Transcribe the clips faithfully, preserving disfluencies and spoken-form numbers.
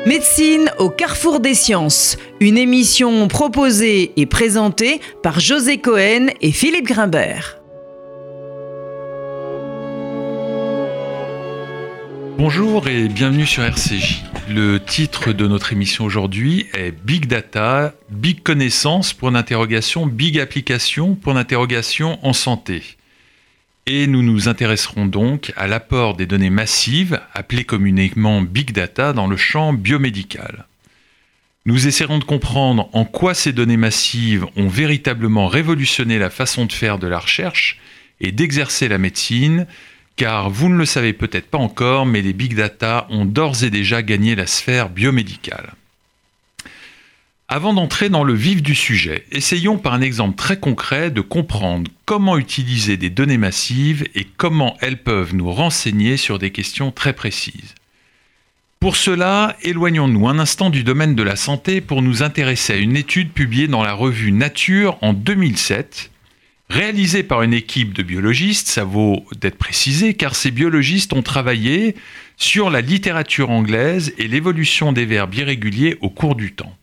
Médecine au carrefour des sciences, une émission proposée et présentée par José Cohen et Philippe Grimbert. Bonjour et bienvenue sur R C J. Le titre de notre émission aujourd'hui est Big Data, Big Connaissance, point d'interrogation, Big Application, point d'interrogation en santé. Et nous nous intéresserons donc à l'apport des données massives, appelées communément Big Data, dans le champ biomédical. Nous essaierons de comprendre en quoi ces données massives ont véritablement révolutionné la façon de faire de la recherche et d'exercer la médecine, car vous ne le savez peut-être pas encore, mais les Big Data ont d'ores et déjà gagné la sphère biomédicale. Avant d'entrer dans le vif du sujet, essayons par un exemple très concret de comprendre comment utiliser des données massives et comment elles peuvent nous renseigner sur des questions très précises. Pour cela, éloignons-nous un instant du domaine de la santé pour nous intéresser à une étude publiée dans la revue Nature en deux mille sept, réalisée par une équipe de biologistes, ça vaut d'être précisé, car ces biologistes ont travaillé sur la littérature anglaise et l'évolution des verbes irréguliers au cours du temps.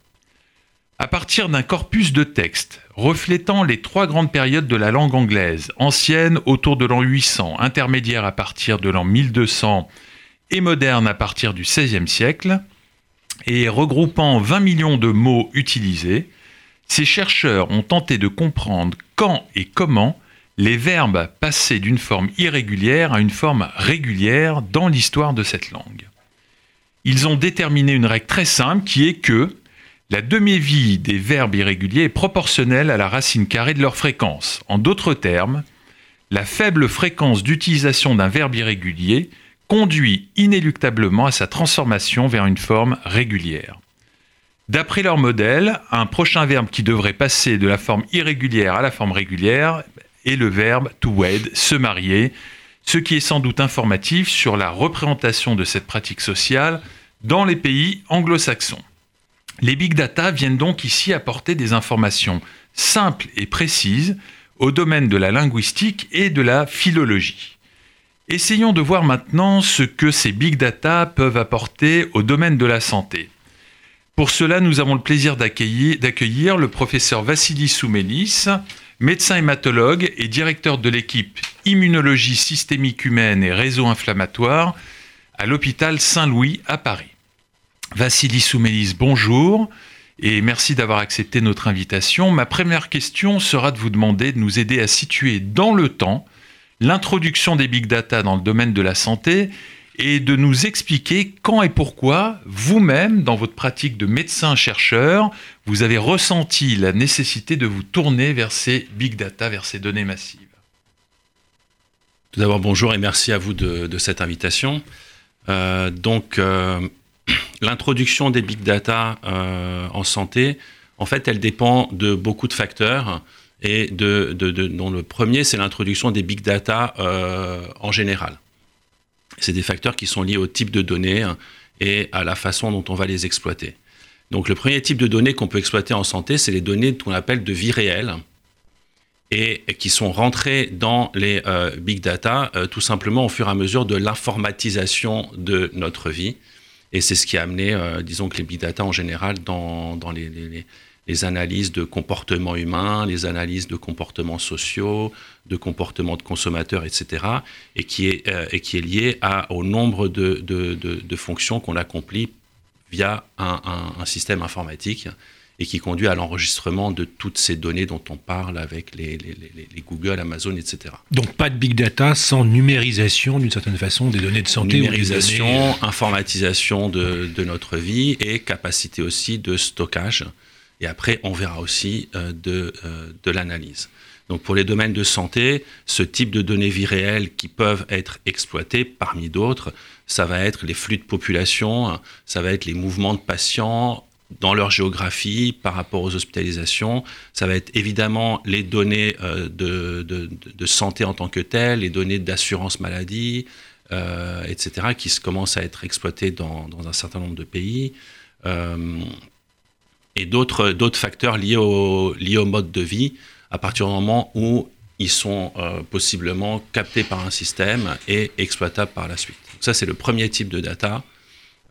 À partir d'un corpus de textes reflétant les trois grandes périodes de la langue anglaise, ancienne autour de l'an huit cents, intermédiaire à partir de l'an mille deux cents et moderne à partir du seizième siècle, et regroupant vingt millions de mots utilisés, ces chercheurs ont tenté de comprendre quand et comment les verbes passaient d'une forme irrégulière à une forme régulière dans l'histoire de cette langue. Ils ont déterminé une règle très simple qui est que la demi-vie des verbes irréguliers est proportionnelle à la racine carrée de leur fréquence. En d'autres termes, la faible fréquence d'utilisation d'un verbe irrégulier conduit inéluctablement à sa transformation vers une forme régulière. D'après leur modèle, un prochain verbe qui devrait passer de la forme irrégulière à la forme régulière est le verbe to wed, se marier, ce qui est sans doute informatif sur la représentation de cette pratique sociale dans les pays anglo-saxons. Les big data viennent donc ici apporter des informations simples et précises au domaine de la linguistique et de la philologie. Essayons de voir maintenant ce que ces big data peuvent apporter au domaine de la santé. Pour cela, nous avons le plaisir d'accueillir, d'accueillir le professeur Vassilis Soumelis, médecin hématologue et directeur de l'équipe Immunologie systémique humaine et réseau inflammatoire à l'hôpital Saint-Louis à Paris. Vassilis Soumelis, bonjour et merci d'avoir accepté notre invitation. Ma première question sera de vous demander de nous aider à situer dans le temps l'introduction des big data dans le domaine de la santé et de nous expliquer quand et pourquoi vous-même, dans votre pratique de médecin-chercheur, vous avez ressenti la nécessité de vous tourner vers ces big data, vers ces données massives. Tout d'abord, bonjour et merci à vous de, de cette invitation. Euh, donc, euh, l'introduction des big data euh, en santé, en fait, elle dépend de beaucoup de facteurs et de, de, de, dont le premier, c'est l'introduction des big data euh, en général. C'est des facteurs qui sont liés au type de données et à la façon dont on va les exploiter. Donc, le premier type de données qu'on peut exploiter en santé, c'est les données qu'on appelle de vie réelle et qui sont rentrées dans les euh, big data euh, tout simplement au fur et à mesure de l'informatisation de notre vie. Et c'est ce qui a amené, euh, disons que les big data en général, dans, dans les, les, les analyses de comportements humains, les analyses de comportements sociaux, de comportements de consommateurs, et cetera, et qui est, euh, et qui est lié à, au nombre de, de, de, de fonctions qu'on accomplit via un, un, un système informatique et qui conduit à l'enregistrement de toutes ces données dont on parle avec les, les, les, les Google, Amazon, et cetera. Donc pas de big data sans numérisation d'une certaine façon des données de santé. Numérisation, ou des données... informatisation de, de notre vie et capacité aussi de stockage. Et après, on verra aussi euh, de, euh, de l'analyse. Donc pour les domaines de santé, ce type de données vie réelles qui peuvent être exploitées parmi d'autres, ça va être les flux de population, ça va être les mouvements de patients dans leur géographie par rapport aux hospitalisations. Ça va être évidemment les données euh, de, de, de santé en tant que telles, les données d'assurance maladie, euh, et cetera, qui commencent à être exploitées dans, dans un certain nombre de pays. Euh, et d'autres, d'autres facteurs liés au, liés au mode de vie, à partir du moment où ils sont euh, possiblement captés par un système et exploitables par la suite. Donc ça, c'est le premier type de data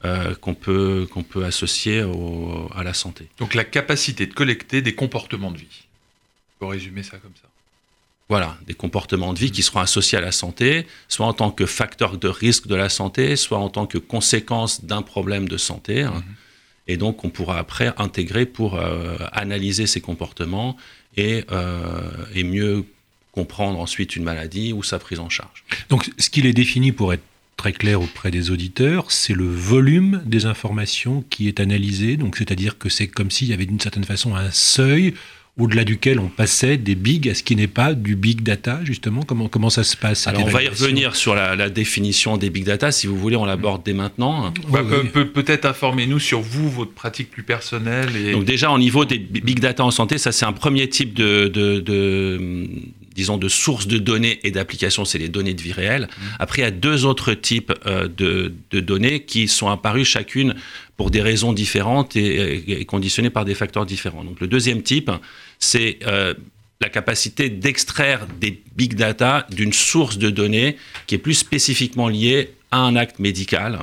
euh, qu'on peut, qu'on peut associer au, à la santé. Donc la capacité de collecter des comportements de vie. Il faut résumer ça comme ça. Voilà, des comportements de vie qui seront associés à la santé, soit en tant que facteur de risque de la santé, soit en tant que conséquence d'un problème de santé. Hein. Mmh. Et donc, on pourra après intégrer pour euh, analyser ces comportements et, euh, et mieux comprendre ensuite une maladie ou sa prise en charge. Donc, ce qu'il est défini pour être très clair auprès des auditeurs, c'est le volume des informations qui est analysé. Donc, c'est-à-dire que c'est comme s'il y avait d'une certaine façon un seuil au-delà duquel on passait des big à ce qui n'est pas du big data, justement. Comment, comment ça se passe? Alors, on va y revenir sur la, la définition des big data. Si vous voulez, on l'aborde dès maintenant. Bah, oui. peut, peut-être informez-nous sur vous, votre pratique plus personnelle. Et... Donc déjà, au niveau des big data en santé, ça, c'est un premier type de... de, de disons, de sources de données et d'applications, c'est les données de vie réelle. Mmh. Après, il y a deux autres types euh, de, de données qui sont apparues chacune pour des raisons différentes et, et conditionnées par des facteurs différents. Donc, le deuxième type, c'est euh, la capacité d'extraire des big data d'une source de données qui est plus spécifiquement liée à un acte médical.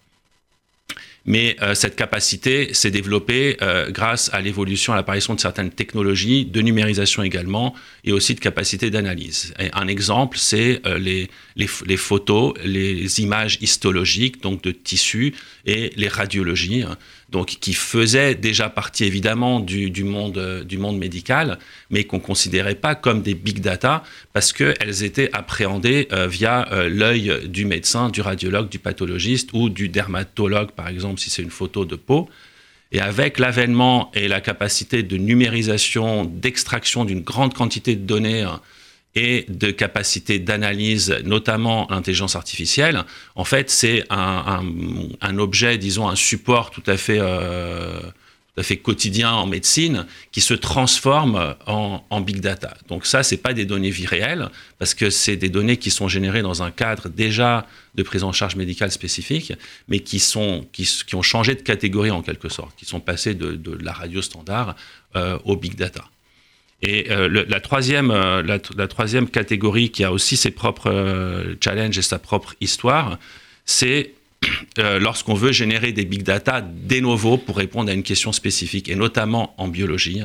Mais euh, cette capacité s'est développée euh, grâce à l'évolution, à l'apparition de certaines technologies, de numérisation également, et aussi de capacité d'analyse. Et un exemple, c'est euh, les, les, les photos, les images histologiques, donc de tissus, et les radiologies, hein, donc qui faisaient déjà partie évidemment du, du, monde, euh, du monde médical, mais qu'on ne considérait pas comme des big data, parce qu'elles étaient appréhendées euh, via euh, l'œil du médecin, du radiologue, du pathologiste ou du dermatologue, par exemple, si c'est une photo de peau. Et avec l'avènement et la capacité de numérisation, d'extraction d'une grande quantité de données hein, et de capacité d'analyse, notamment l'intelligence artificielle, en fait, c'est un, un, un objet, disons, un support tout à fait... Euh, tout à fait quotidien en médecine, qui se transforme en, en big data. Donc ça, c'est pas des données vie réelles, parce que c'est des données qui sont générées dans un cadre déjà de prise en charge médicale spécifique, mais qui, sont, qui, qui ont changé de catégorie en quelque sorte, qui sont passées de, de la radio standard euh, au big data. Et euh, le, la, troisième, euh, la, la troisième catégorie qui a aussi ses propres euh, challenges et sa propre histoire, c'est Euh, lorsqu'on veut générer des big data de novo pour répondre à une question spécifique, et notamment en biologie.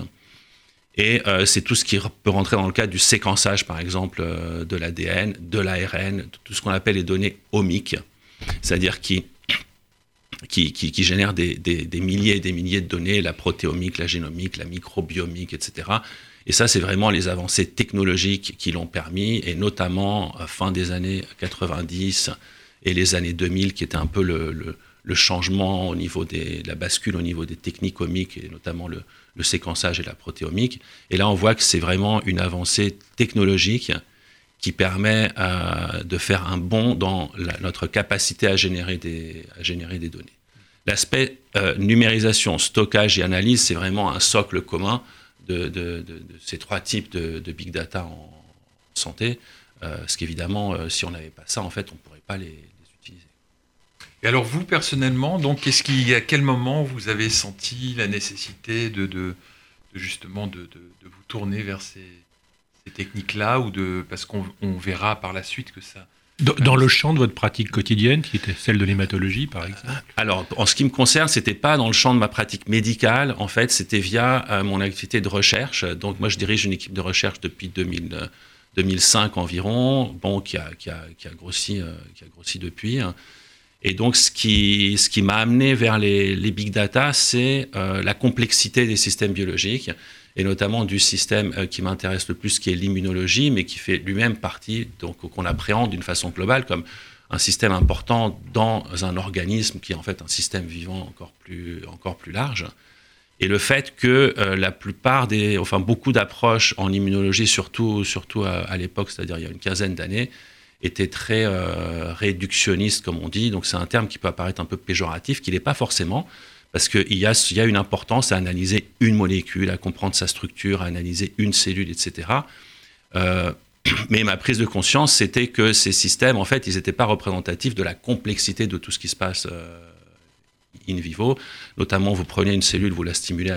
Et euh, c'est tout ce qui peut rentrer dans le cadre du séquençage, par exemple, euh, de l'A D N, de l'A R N, tout ce qu'on appelle les données omiques, c'est-à-dire qui, qui, qui, qui génèrent des, des, des milliers et des milliers de données, la protéomique, la génomique, la microbiomique, et cetera. Et ça, c'est vraiment les avancées technologiques qui l'ont permis, et notamment à fin des années quatre-vingt-dix, et les années deux mille, qui étaient un peu le, le, le changement au niveau des, la bascule au niveau des techniques omiques, et notamment le, le séquençage et la protéomique. Et là, on voit que c'est vraiment une avancée technologique qui permet euh, de faire un bond dans la, notre capacité à générer des, à générer des données. L'aspect euh, numérisation, stockage et analyse, c'est vraiment un socle commun de, de, de, de ces trois types de, de big data en santé. Euh, parce qu'évidemment, euh, si on n'avait pas ça, en fait, on ne pourrait pas les, les utiliser. Et alors vous, personnellement, donc, qu'est-ce qui, à quel moment vous avez senti la nécessité de, de, de justement de, de, de vous tourner vers ces, ces techniques-là, ou de, parce qu'on on verra par la suite que ça... Dans, dans le champ de votre pratique quotidienne, qui était celle de l'hématologie, par exemple? Alors, en ce qui me concerne, ce n'était pas dans le champ de ma pratique médicale. En fait, c'était via euh, mon activité de recherche. Donc, moi, je dirige une équipe de recherche depuis deux mille... Euh, deux mille cinq environ, bon, qui a, qui a, qui a, grossi, euh, qui a grossi depuis. Et donc, ce qui, ce qui m'a amené vers les, les big data, c'est euh, la complexité des systèmes biologiques, et notamment du système euh, qui m'intéresse le plus, qui est l'immunologie, mais qui fait lui-même partie, donc qu'on appréhende d'une façon globale comme un système important dans un organisme qui est en fait un système vivant encore plus, encore plus large. Et le fait que euh, la plupart des, enfin beaucoup d'approches en immunologie, surtout, surtout à, à l'époque, c'est-à-dire il y a une quinzaine d'années, étaient très euh, réductionnistes, comme on dit. Donc c'est un terme qui peut apparaître un peu péjoratif, qui n'est pas forcément, parce qu'il y a, il y a une importance à analyser une molécule, à comprendre sa structure, à analyser une cellule, et cetera. Euh, mais ma prise de conscience, c'était que ces systèmes, en fait, ils n'étaient pas représentatifs de la complexité de tout ce qui se passe euh, in vivo. Notamment, vous prenez une cellule, vous la stimulez avec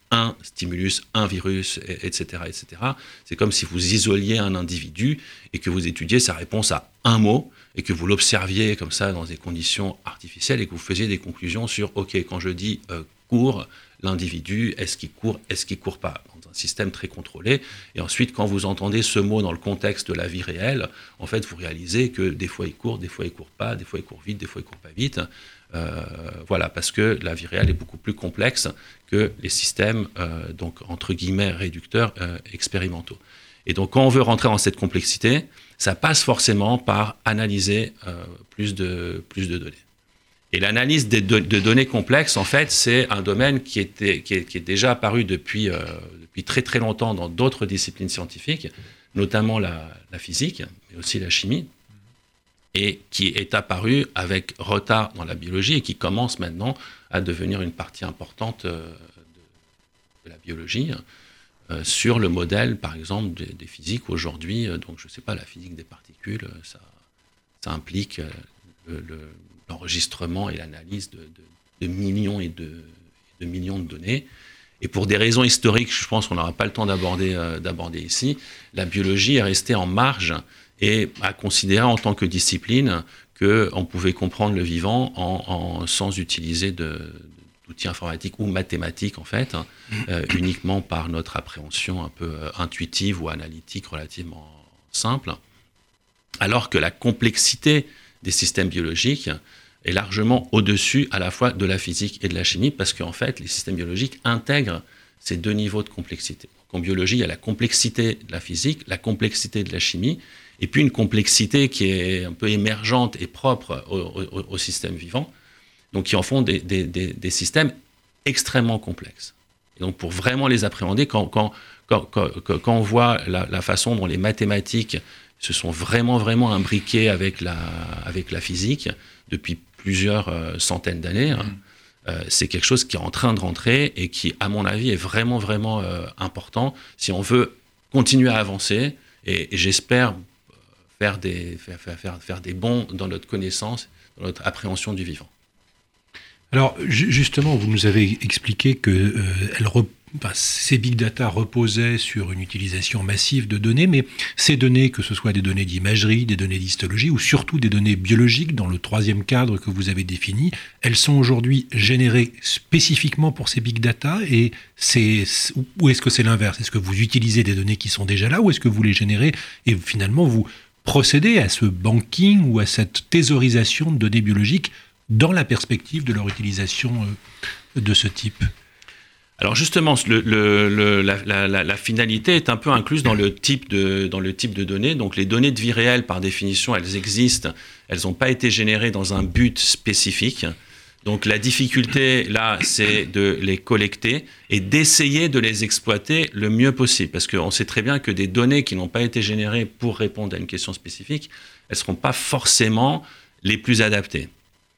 un stimulus, un virus, et cetera, et cetera. C'est comme si vous isoliez un individu et que vous étudiez sa réponse à un mot et que vous l'observiez comme ça dans des conditions artificielles et que vous faisiez des conclusions sur, OK, quand je dis euh, court, l'individu, est-ce qu'il court, est-ce qu'il court pas, dans un système très contrôlé. Et ensuite, quand vous entendez ce mot dans le contexte de la vie réelle, en fait, vous réalisez que des fois il court, des fois il court pas, des fois il court vite, des fois il court pas vite. Euh, voilà, parce que la vie réelle est beaucoup plus complexe que les systèmes, euh, donc entre guillemets réducteurs euh, expérimentaux. Et donc, quand on veut rentrer dans cette complexité, ça passe forcément par analyser euh, plus de plus de données. Et l'analyse de, de, de données complexes, en fait, c'est un domaine qui, était, qui, est, qui est déjà apparu depuis, euh, depuis très très longtemps dans d'autres disciplines scientifiques, notamment la, la physique, mais aussi la chimie, et qui est apparu avec retard dans la biologie et qui commence maintenant à devenir une partie importante euh, de, de la biologie, euh, sur le modèle, par exemple, des, des physiques aujourd'hui. Euh, donc, je ne sais pas, la physique des particules, ça, ça implique euh, le, le l'enregistrement et l'analyse de, de, de millions et de, de millions de données. Et pour des raisons historiques, je pense qu'on n'aura pas le temps d'aborder, euh, d'aborder ici, la biologie est restée en marge et a considéré en tant que discipline qu'on pouvait comprendre le vivant en, en, sans utiliser de, d'outils informatiques ou mathématiques, en fait, hein, euh, uniquement par notre appréhension un peu euh, intuitive ou analytique relativement simple. Alors que la complexité des systèmes biologiques est largement au-dessus à la fois de la physique et de la chimie, parce qu'en fait, les systèmes biologiques intègrent ces deux niveaux de complexité. Donc, en biologie, il y a la complexité de la physique, la complexité de la chimie, et puis une complexité qui est un peu émergente et propre au, au, au système vivant, donc qui en font des, des, des, des systèmes extrêmement complexes. Et donc, pour vraiment les appréhender, quand, quand, quand, quand, quand on voit la, la façon dont les mathématiques se sont vraiment, vraiment imbriqués avec la, avec la physique depuis plusieurs euh, centaines d'années. Mmh. Euh, c'est quelque chose qui est en train de rentrer et qui, à mon avis, est vraiment, vraiment euh, important si on veut continuer à avancer et, et j'espère faire des, faire, faire, faire des bonds dans notre connaissance, dans notre appréhension du vivant. Alors, justement, vous nous avez expliqué que euh, elle rep- enfin, ces big data reposaient sur une utilisation massive de données, mais ces données, que ce soit des données d'imagerie, des données d'histologie ou surtout des données biologiques, dans le troisième cadre que vous avez défini, elles sont aujourd'hui générées spécifiquement pour ces big data, et c'est, ou est-ce que c'est l'inverse ? Est-ce que vous utilisez des données qui sont déjà là, ou est-ce que vous les générez et finalement vous procédez à ce banking ou à cette thésaurisation de données biologiques dans la perspective de leur utilisation de ce type ? Alors justement, le, le, le, la, la, la finalité est un peu incluse dans le type de, dans le type de données. Donc les données de vie réelle, par définition, elles existent. Elles n'ont pas été générées dans un but spécifique. Donc la difficulté, là, c'est de les collecter et d'essayer de les exploiter le mieux possible. Parce qu'on sait très bien que des données qui n'ont pas été générées pour répondre à une question spécifique, elles ne seront pas forcément les plus adaptées.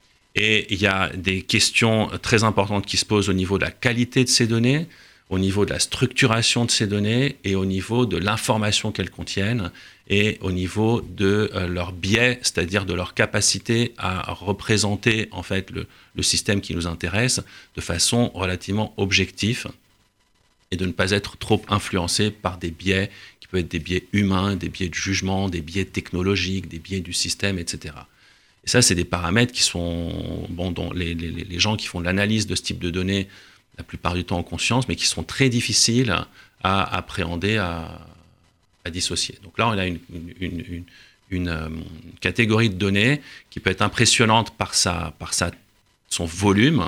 Et il y a des questions très importantes qui se posent au niveau de la qualité de ces données, au niveau de la structuration de ces données et au niveau de l'information qu'elles contiennent et au niveau de euh, leur biais, c'est-à-dire de leur capacité à représenter en fait le, le système qui nous intéresse de façon relativement objective et de ne pas être trop influencé par des biais qui peuvent être des biais humains, des biais de jugement, des biais technologiques, des biais du système, et cetera. Et ça, c'est des paramètres qui sont, bon, dont les, les, les gens qui font de l'analyse de ce type de données, la plupart du temps en conscience, mais qui sont très difficiles à appréhender, à, à dissocier. Donc là, on a une, une, une, une, une catégorie de données qui peut être impressionnante par, sa, par sa, son volume,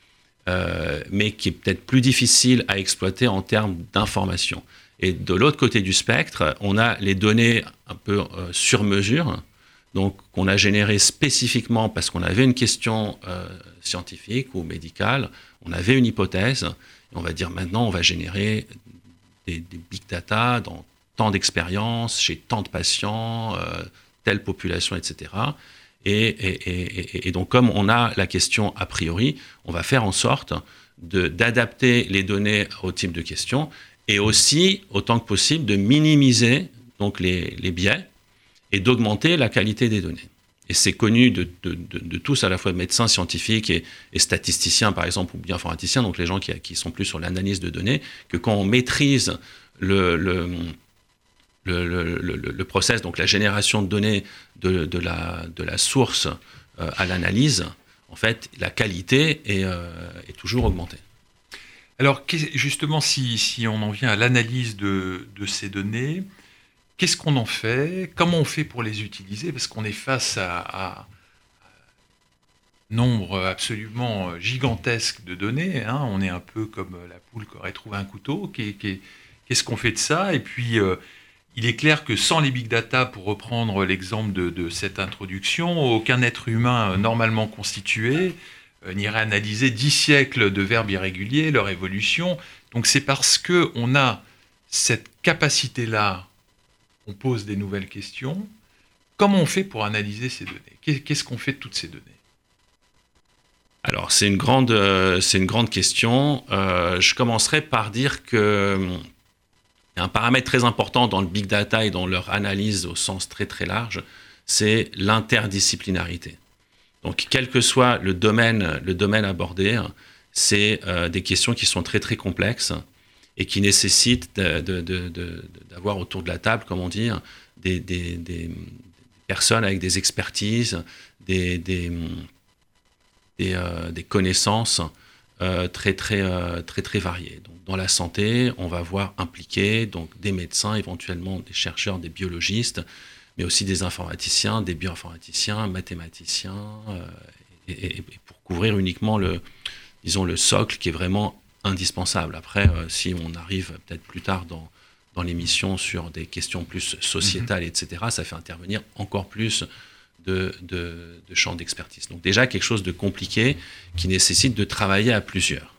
euh, mais qui est peut-être plus difficile à exploiter en termes d'information. Et de l'autre côté du spectre, on a les données un peu euh, sur mesure, donc qu'on a généré spécifiquement parce qu'on avait une question euh, scientifique ou médicale, on avait une hypothèse, et on va dire maintenant on va générer des, des big data dans tant d'expériences, chez tant de patients, euh, telle population, et cetera. Et, et, et, et donc comme on a la question a priori, on va faire en sorte de, d'adapter les données au type de question et aussi, autant que possible, de minimiser donc les, les biais et d'augmenter la qualité des données. et c'est connu de, de, de, de tous, à la fois médecins, scientifiques et, et statisticiens, par exemple, ou bioinformaticiens, donc les gens qui, qui sont plus sur l'analyse de données, que quand on maîtrise le, le, le, le, le, le process, donc la génération de données de, de, la, de la source euh, à l'analyse, en fait, la qualité est, euh, est toujours augmentée. Alors, justement, si, si on en vient à l'analyse de, de ces données, qu'est-ce qu'on en fait? Comment on fait pour les utiliser? Parce qu'on est face à, à un nombre absolument gigantesque de données. Hein. On est un peu comme la poule qui aurait trouvé un couteau. Qu'est-ce qu'on fait de ça? Et puis, euh, il est clair que sans les big data, pour reprendre l'exemple de, de cette introduction, aucun être humain normalement constitué euh, n'irait analyser dix siècles de verbes irréguliers, leur évolution. Donc c'est parce qu'on a cette capacité-là, on pose des nouvelles questions. Comment on fait pour analyser ces données? Qu'est-ce qu'on fait de toutes ces données? Alors, c'est une grande, euh, c'est une grande question. Euh, je commencerai par dire que il y a un paramètre très important dans le big data et dans leur analyse au sens très très large, c'est l'interdisciplinarité. Donc, quel que soit le domaine, le domaine abordé, c'est euh, des questions qui sont très très complexes et qui nécessitent de, de, de, de, d'avoir autour de la table, comment dire, des, des, des personnes avec des expertises, des, des, des, euh, des connaissances euh, très très euh, très très variées. Donc, dans la santé, on va voir impliquer donc des médecins, éventuellement des chercheurs, des biologistes, mais aussi des informaticiens, des bioinformaticiens, mathématiciens, euh, et, et pour couvrir uniquement le, disons, le socle qui est vraiment indispensable. Après, euh, si on arrive peut-être plus tard dans, dans l'émission sur des questions plus sociétales, mmh. et cetera, ça fait intervenir encore plus de, de, de champs d'expertise. Donc déjà, quelque chose de compliqué qui nécessite de travailler à plusieurs.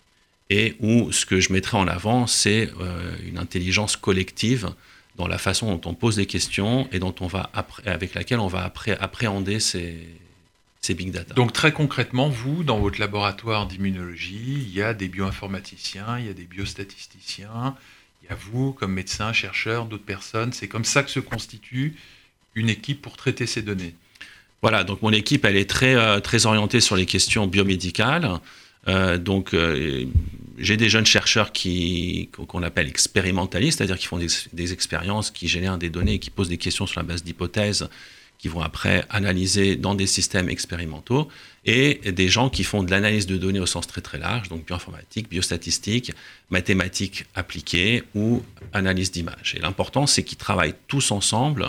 Et où ce que je mettrais en avant, c'est euh, une intelligence collective dans la façon dont on pose des questions et dont on va appré- avec laquelle on va appré- appréhender ces, ces big data. Donc très concrètement, vous, dans votre laboratoire d'immunologie, il y a des bioinformaticiens, il y a des biostatisticiens, il y a vous comme médecin, chercheur, d'autres personnes. C'est comme ça que se constitue une équipe pour traiter ces données. Voilà, donc mon équipe, elle est très, euh, très orientée sur les questions biomédicales. Euh, donc, euh, j'ai des jeunes chercheurs qui, qu'on appelle expérimentalistes, c'est-à-dire qui font des, des expériences, qui génèrent des données, qui posent des questions sur la base d'hypothèses, qui vont après analyser dans des systèmes expérimentaux, et des gens qui font de l'analyse de données au sens très très large, donc bioinformatique, biostatistique, mathématiques appliquées ou analyse d'images. Et l'important, c'est qu'ils travaillent tous ensemble,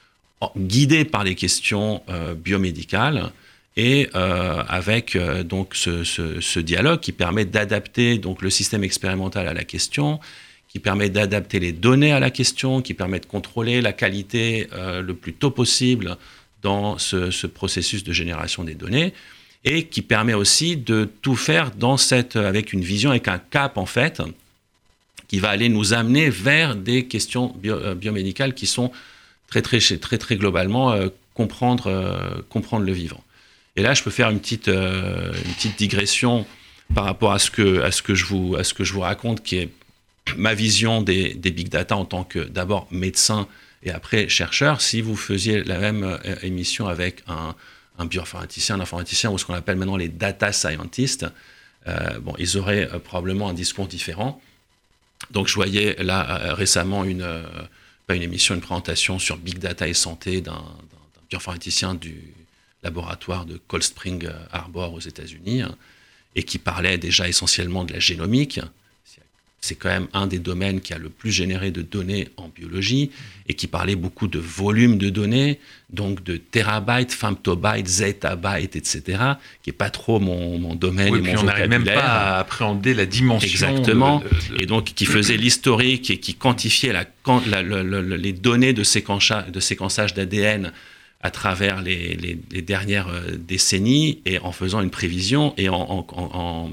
guidés par les questions euh, biomédicales, et euh, avec euh, donc ce, ce, ce dialogue qui permet d'adapter donc le système expérimental à la question, qui permet d'adapter les données à la question, qui permet de contrôler la qualité euh, le plus tôt possible dans ce, ce processus de génération des données, et qui permet aussi de tout faire dans cette, avec une vision, avec un cap en fait, qui va aller nous amener vers des questions bio, euh, biomédicales qui sont très très très très globalement euh, comprendre euh, comprendre le vivant. Et là, je peux faire une petite, euh, une petite digression par rapport à ce que, à ce que, je, vous, à ce que je vous raconte, qui est ma vision des, des big data en tant que d'abord médecin et après chercheur. Si vous faisiez la même euh, émission avec un, un bioinformaticien, un informaticien ou ce qu'on appelle maintenant les data scientists, euh, bon, ils auraient euh, probablement un discours différent. Donc, je voyais là euh, récemment une, euh, pas une émission, une présentation sur big data et santé d'un, d'un, d'un bioinformaticien du laboratoire de Cold Spring Harbor aux États-Unis, hein, et qui parlait déjà essentiellement de la génomique. C'est quand même un des domaines qui a le plus généré de données en biologie, et qui parlait beaucoup de volume de données, donc de terabytes, femtobytes, zettabytes, et cetera, qui n'est pas trop mon, mon domaine oui, et puis mon on vocabulaire. n'arrive même pas à appréhender la dimension. Exactement, de, de, de... et donc qui faisait l'historique et qui quantifiait la, la, la, la, les données de séquençage, de séquençage d'A D N à travers les, les, les dernières décennies, et en faisant une prévision et en, en, en,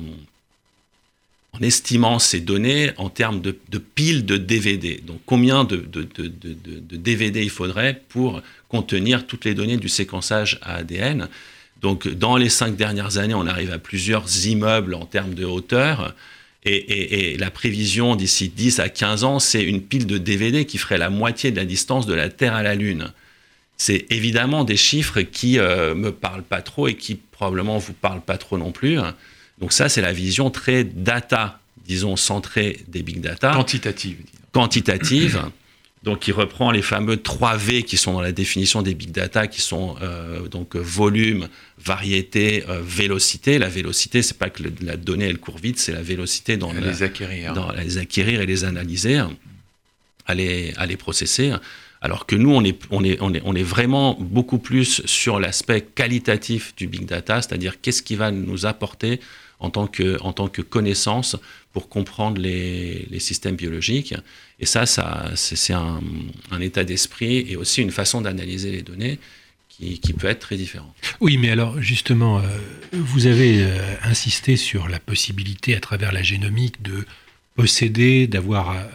en estimant ces données en termes de, de piles de D V D. Donc combien de, de, de, de, de D V D il faudrait pour contenir toutes les données du séquençage à A D N. Donc dans les cinq dernières années, on arrive à plusieurs immeubles en termes de hauteur, et, et, et la prévision d'ici dix à quinze ans, c'est une pile de D V D qui ferait la moitié de la distance de la Terre à la Lune. c'est évidemment des chiffres qui ne euh, me parlent pas trop et qui probablement ne vous parlent pas trop non plus. Donc ça, c'est la vision très data, disons, centrée des big data. Quantitative. Disons. Quantitative. Donc, il reprend les fameux trois V qui sont dans la définition des big data, qui sont euh, donc volume, variété, euh, vélocité. La vélocité, c'est pas que le, la donnée elle court vite, c'est la vélocité dans à la, les acquérir, dans à les acquérir et les analyser, à les à les processer. Alors que nous, on est on est on est on est vraiment beaucoup plus sur l'aspect qualitatif du big data, c'est-à-dire qu'est-ce qui va nous apporter en tant que, en tant que connaissance pour comprendre les, les systèmes biologiques. Et ça, ça c'est, c'est un, un état d'esprit et aussi une façon d'analyser les données qui, qui peut être très différente. Oui, mais alors justement, euh, vous avez euh, insisté sur la possibilité à travers la génomique de posséder, d'avoir à, à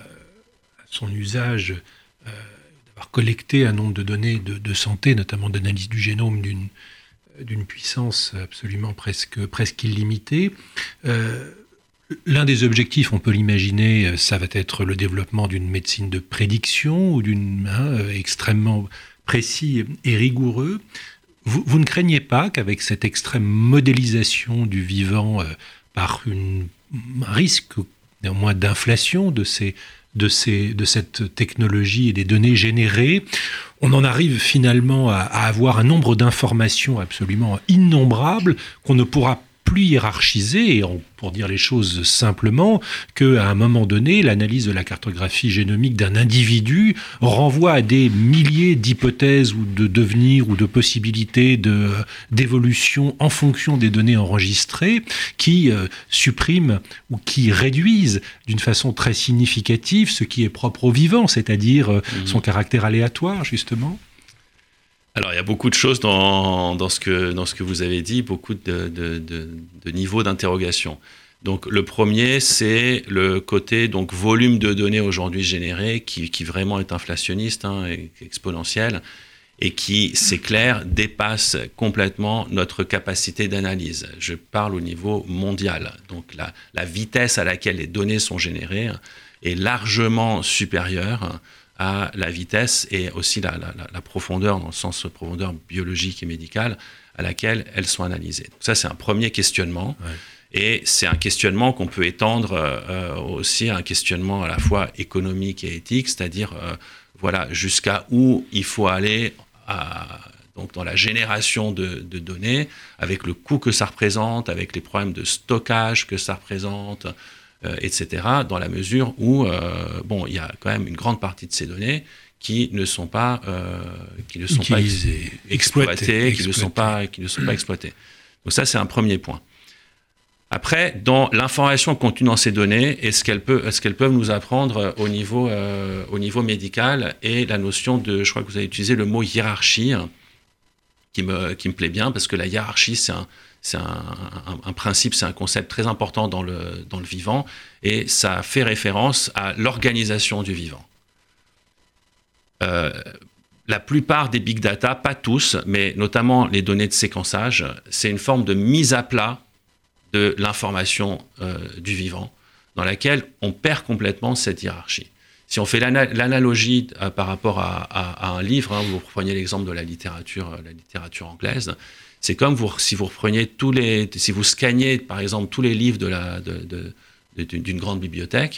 son usage, euh, d'avoir collecté un nombre de données de, de santé, notamment d'analyse du génome d'une d'une puissance absolument presque, presque illimitée. Euh, l'un des objectifs, on peut l'imaginer, ça va être le développement d'une médecine de prédiction ou d'une hein, extrêmement précis et rigoureux. Vous, vous ne craignez pas qu'avec cette extrême modélisation du vivant euh, par une, un risque néanmoins d'inflation de ces De, ces, de cette technologie et des données générées, on en arrive finalement à, à avoir un nombre d'informations absolument innombrables qu'on ne pourra plus hiérarchiser, et on, pour dire les choses simplement, qu'à un moment donné, l'analyse de la cartographie génomique d'un individu renvoie à des milliers d'hypothèses ou de devenirs ou de possibilités de, d'évolution en fonction des données enregistrées qui euh, suppriment ou qui réduisent d'une façon très significative ce qui est propre au vivant, c'est-à-dire euh, mmh. son caractère aléatoire, justement. Alors, il y a beaucoup de choses dans, dans, ce, que, dans ce que vous avez dit, beaucoup de, de, de, de niveaux d'interrogation. Donc, le premier, c'est le côté donc, volume de données aujourd'hui générées qui, qui vraiment est inflationniste, hein, et exponentiel, et qui, c'est clair, dépasse complètement notre capacité d'analyse. Je parle au niveau mondial. Donc, la, la vitesse à laquelle les données sont générées est largement supérieure à la vitesse et aussi la, la, la profondeur, dans le sens profondeur biologique et médicale, à laquelle elles sont analysées. Donc ça, c'est un premier questionnement. Ouais. Et c'est un questionnement qu'on peut étendre euh, aussi à un questionnement à la fois économique et éthique, c'est-à-dire euh, voilà, jusqu'à où il faut aller à, donc dans la génération de, de données, avec le coût que ça représente, avec les problèmes de stockage que ça représente, Euh, et cetera, dans la mesure où, euh, bon, il y a quand même une grande partie de ces données qui ne sont pas, euh, qui ne sont pas ex- exploitées, exploitées, qui ne sont pas, qui ne sont pas exploitées. Donc ça, c'est un premier point. Après, dans l'information contenue dans ces données, est-ce qu'elles peuvent, est-ce qu'elles peuvent nous apprendre au niveau, euh, au niveau médical, et la notion de, je crois que vous avez utilisé le mot hiérarchie, qui me, qui me plaît bien, parce que la hiérarchie, c'est un C'est un, un, un principe, c'est un concept très important dans le, dans le vivant, et ça fait référence à l'organisation du vivant. Euh, la plupart des big data, pas tous, mais notamment les données de séquençage, c'est une forme de mise à plat de l'information euh, du vivant, dans laquelle on perd complètement cette hiérarchie. Si on fait l'ana- l'analogie euh, par rapport à, à, à un livre, hein, vous preniez l'exemple de la littérature, la littérature anglaise, c'est comme vous, si vous repreniez tous les, si vous scanniez par exemple tous les livres de la, de, de, de, d'une grande bibliothèque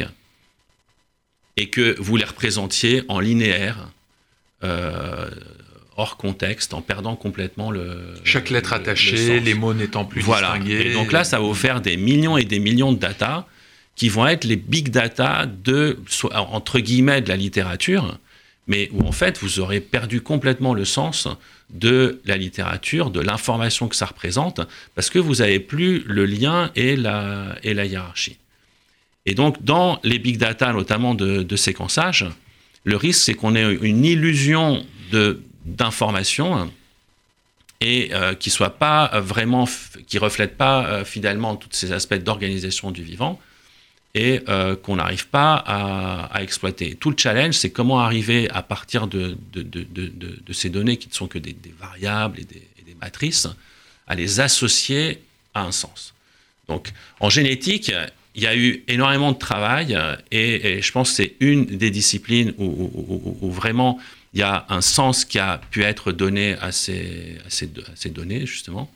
et que vous les représentiez en linéaire, euh, hors contexte, en perdant complètement le chaque lettre le, attachée, le les mots n'étant plus voilà. distingués. Et donc là, ça va vous faire des millions et des millions de data qui vont être les big data de, entre guillemets, de la littérature, mais où en fait vous aurez perdu complètement le sens de la littérature, de l'information que ça représente, parce que vous n'avez plus le lien et la, et la hiérarchie. Et donc dans les big data, notamment de, de séquençage, le risque c'est qu'on ait une illusion de, d'information et euh, qui soit pas vraiment, qui reflète pas euh, fidèlement tous ces aspects d'organisation du vivant, et euh, qu'on n'arrive pas à, à exploiter. Tout le challenge, c'est comment arriver à partir de, de, de, de, de, de ces données qui ne sont que des, des variables et des, et des matrices, à les associer à un sens. Donc, en génétique, il y a eu énormément de travail, et, et je pense que c'est une des disciplines où, où, où, où vraiment il y a un sens qui a pu être donné à ces, à ces, à ces données, justement,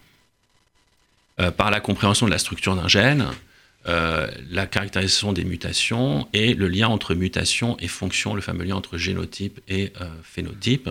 euh, par la compréhension de la structure d'un gène, euh, la caractérisation des mutations et le lien entre mutation et fonction, le fameux lien entre génotype et euh, phénotype,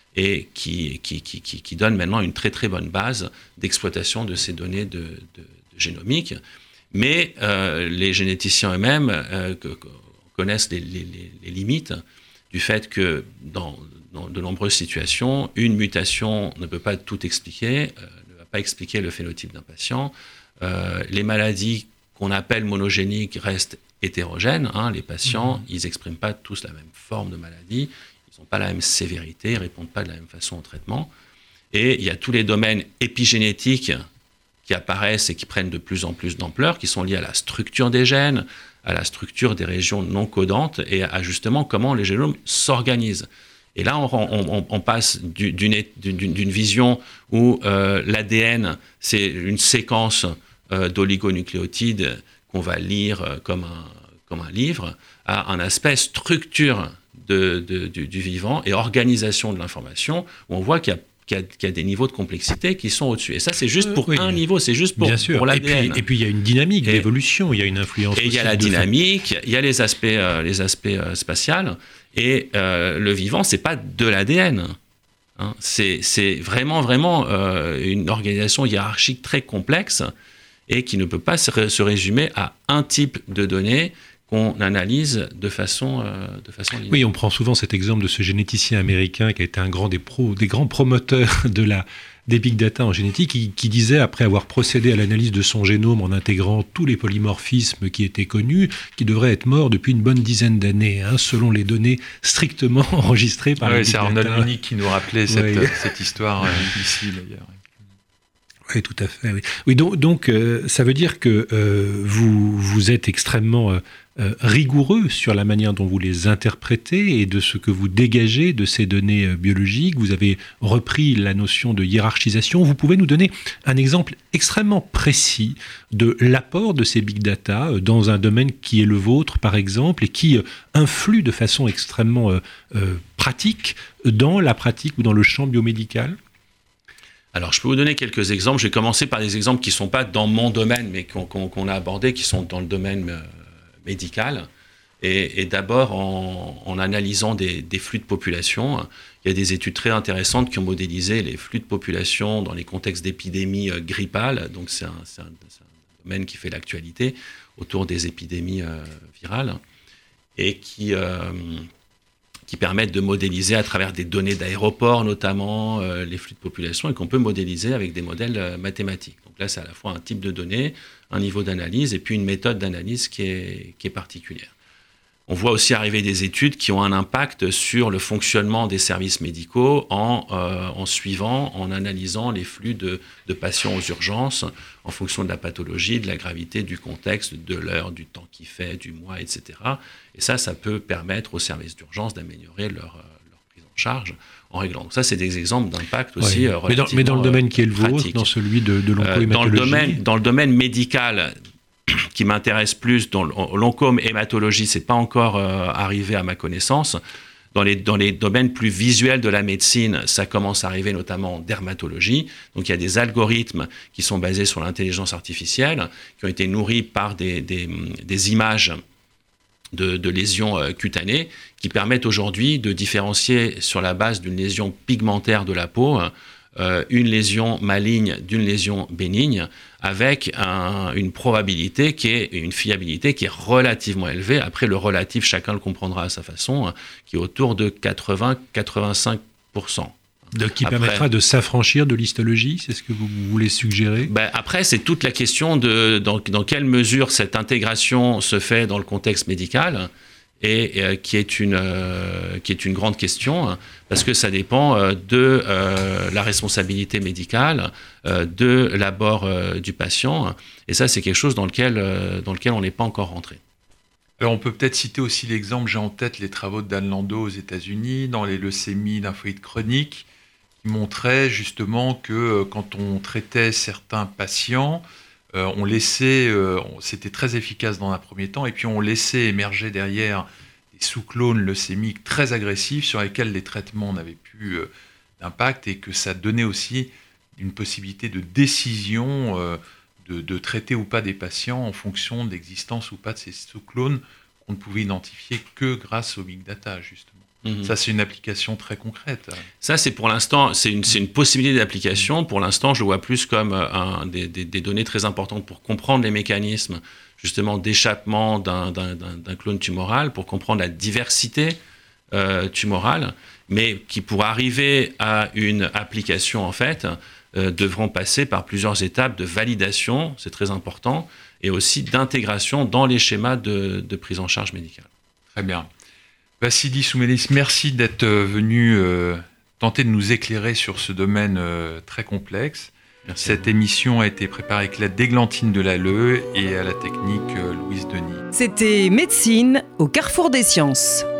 et qui, qui, qui, qui, qui donne maintenant une très très bonne base d'exploitation de ces données de, de, de génomique. Mais euh, les généticiens eux-mêmes euh, que, que connaissent les, les, les limites du fait que dans, dans de nombreuses situations, une mutation ne peut pas tout expliquer, euh, ne va pas expliquer le phénotype d'un patient. Euh, les maladies qu'on appelle monogéniques restent hétérogènes. Hein, les patients, mmh. ils n'expriment pas tous la même forme de maladie, ils n'ont pas la même sévérité, ils ne répondent pas de la même façon au traitement. Et il y a tous les domaines épigénétiques qui apparaissent et qui prennent de plus en plus d'ampleur, qui sont liés à la structure des gènes, à la structure des régions non codantes et à justement comment les génomes s'organisent. Et là, on, on, on passe d'une, d'une, d'une vision où euh, l'A D N, c'est une séquence euh, d'oligonucléotides qu'on va lire euh, comme, un, comme un livre, à un aspect structure de, de, du, du vivant et organisation de l'information, où on voit qu'il y a Qu'il y, a, qu'il y a des niveaux de complexité qui sont au-dessus. Et ça, c'est juste pour euh, oui, un niveau, c'est juste pour, pour l'A D N. Et puis, et puis, il y a une dynamique et, d'évolution, il y a une influence. Et il y a la dynamique, il y a les aspects, euh, les aspects euh, spatials. Et euh, le vivant, c'est pas de l'A D N. Hein. C'est, c'est vraiment, vraiment euh, une organisation hiérarchique très complexe et qui ne peut pas se, se résumer à un type de données qu'on analyse de façon, euh, de façon linéaire. Oui, on prend souvent cet exemple de ce généticien américain qui a été un grand des, pros, des grands promoteurs de la, des big data en génétique, qui, qui disait, après avoir procédé à l'analyse de son génome en intégrant tous les polymorphismes qui étaient connus, qu'il devrait être mort depuis une bonne dizaine d'années, hein, selon les données strictement enregistrées par oui, les big data. C'est Arnold Munich qui nous rappelait cette, oui. cette histoire euh, ici, d'ailleurs. Oui, tout à fait. Oui, oui donc, donc euh, ça veut dire que euh, vous, vous êtes extrêmement euh, euh, rigoureux sur la manière dont vous les interprétez et de ce que vous dégagez de ces données euh, biologiques. Vous avez repris la notion de hiérarchisation. Vous pouvez nous donner un exemple extrêmement précis de l'apport de ces big data euh, dans un domaine qui est le vôtre, par exemple, et qui euh, influe de façon extrêmement euh, euh, pratique dans la pratique ou dans le champ biomédical ? Alors, je peux vous donner quelques exemples. Je vais commencer par des exemples qui ne sont pas dans mon domaine, mais qu'on, qu'on, qu'on a abordés, qui sont dans le domaine euh, médical. Et, et d'abord, en, en analysant des, des flux de population, il y a des études très intéressantes qui ont modélisé les flux de population dans les contextes d'épidémies euh, grippales. Donc, c'est un, c'est, un, c'est un domaine qui fait l'actualité autour des épidémies euh, virales et qui... Euh, qui permettent de modéliser à travers des données d'aéroports, notamment euh, les flux de population, et qu'on peut modéliser avec des modèles euh, mathématiques. Donc là, c'est à la fois un type de données, un niveau d'analyse, et puis une méthode d'analyse qui est, qui est particulière. On voit aussi arriver des études qui ont un impact sur le fonctionnement des services médicaux en, euh, en suivant, en analysant les flux de, de patients aux urgences en fonction de la pathologie, de la gravité, du contexte, de l'heure, du temps qu'il fait, du mois, et cetera. Et ça, ça peut permettre aux services d'urgence d'améliorer leur, leur prise en charge en réglant. Donc ça, c'est des exemples d'impact aussi ouais. euh, mais, dans, mais dans le domaine qui est le vôtre, dans celui de, de l'oncohématologie euh, dans, le domaine, dans le domaine médical, qui m'intéresse plus, dans l'oncohématologie, c'est pas encore euh, arrivé à ma connaissance. Dans les, dans les domaines plus visuels de la médecine, ça commence à arriver notamment en dermatologie. Donc il y a des algorithmes qui sont basés sur l'intelligence artificielle, qui ont été nourris par des, des, des images de, de lésions euh, cutanées, qui permettent aujourd'hui de différencier sur la base d'une lésion pigmentaire de la peau, euh, une lésion maligne d'une lésion bénigne, avec un, une probabilité qui est une fiabilité qui est relativement élevée. Après, le relatif, chacun le comprendra à sa façon, hein, qui est autour de quatre-vingts à quatre-vingt-cinq pour cent. De, qui après, permettra de s'affranchir de l'histologie, c'est ce que vous voulez suggérer ? Ben après, c'est toute la question de dans, dans quelle mesure cette intégration se fait dans le contexte médical, et euh, qui est une euh, qui est une grande question, hein, parce que ça dépend euh, de euh, la responsabilité médicale, euh, de l'abord euh, du patient, et ça c'est quelque chose dans lequel euh, dans lequel on n'est pas encore rentré. Alors on peut peut-être citer aussi l'exemple, j'ai en tête les travaux de Dan Landau aux États-Unis dans les leucémies lymphoïdes chroniques, qui montraient justement que euh, quand on traitait certains patients, Euh, on laissait, euh, c'était très efficace dans un premier temps, et puis on laissait émerger derrière des sous-clones leucémiques très agressifs sur lesquels les traitements n'avaient plus euh, d'impact et que ça donnait aussi une possibilité de décision euh, de, de traiter ou pas des patients en fonction de l'existence ou pas de ces sous-clones qu'on ne pouvait identifier que grâce au big data, justement. Mmh. Ça, c'est une application très concrète. Ça, c'est pour l'instant, c'est une, c'est une possibilité d'application. Pour l'instant, je le vois plus comme un, des, des, des données très importantes pour comprendre les mécanismes, justement, d'échappement d'un, d'un, d'un, d'un clone tumoral, pour comprendre la diversité euh, tumorale, mais qui, pour arriver à une application, en fait, euh, devront passer par plusieurs étapes de validation, c'est très important, et aussi d'intégration dans les schémas de, de prise en charge médicale. Très bien. Vassili Soumelis, merci d'être venu euh, tenter de nous éclairer sur ce domaine euh, très complexe. Merci. Cette émission a été préparée avec l'aide d'Églantine Delalleux et à la technique euh, Louise Denis. C'était Médecine au carrefour des sciences.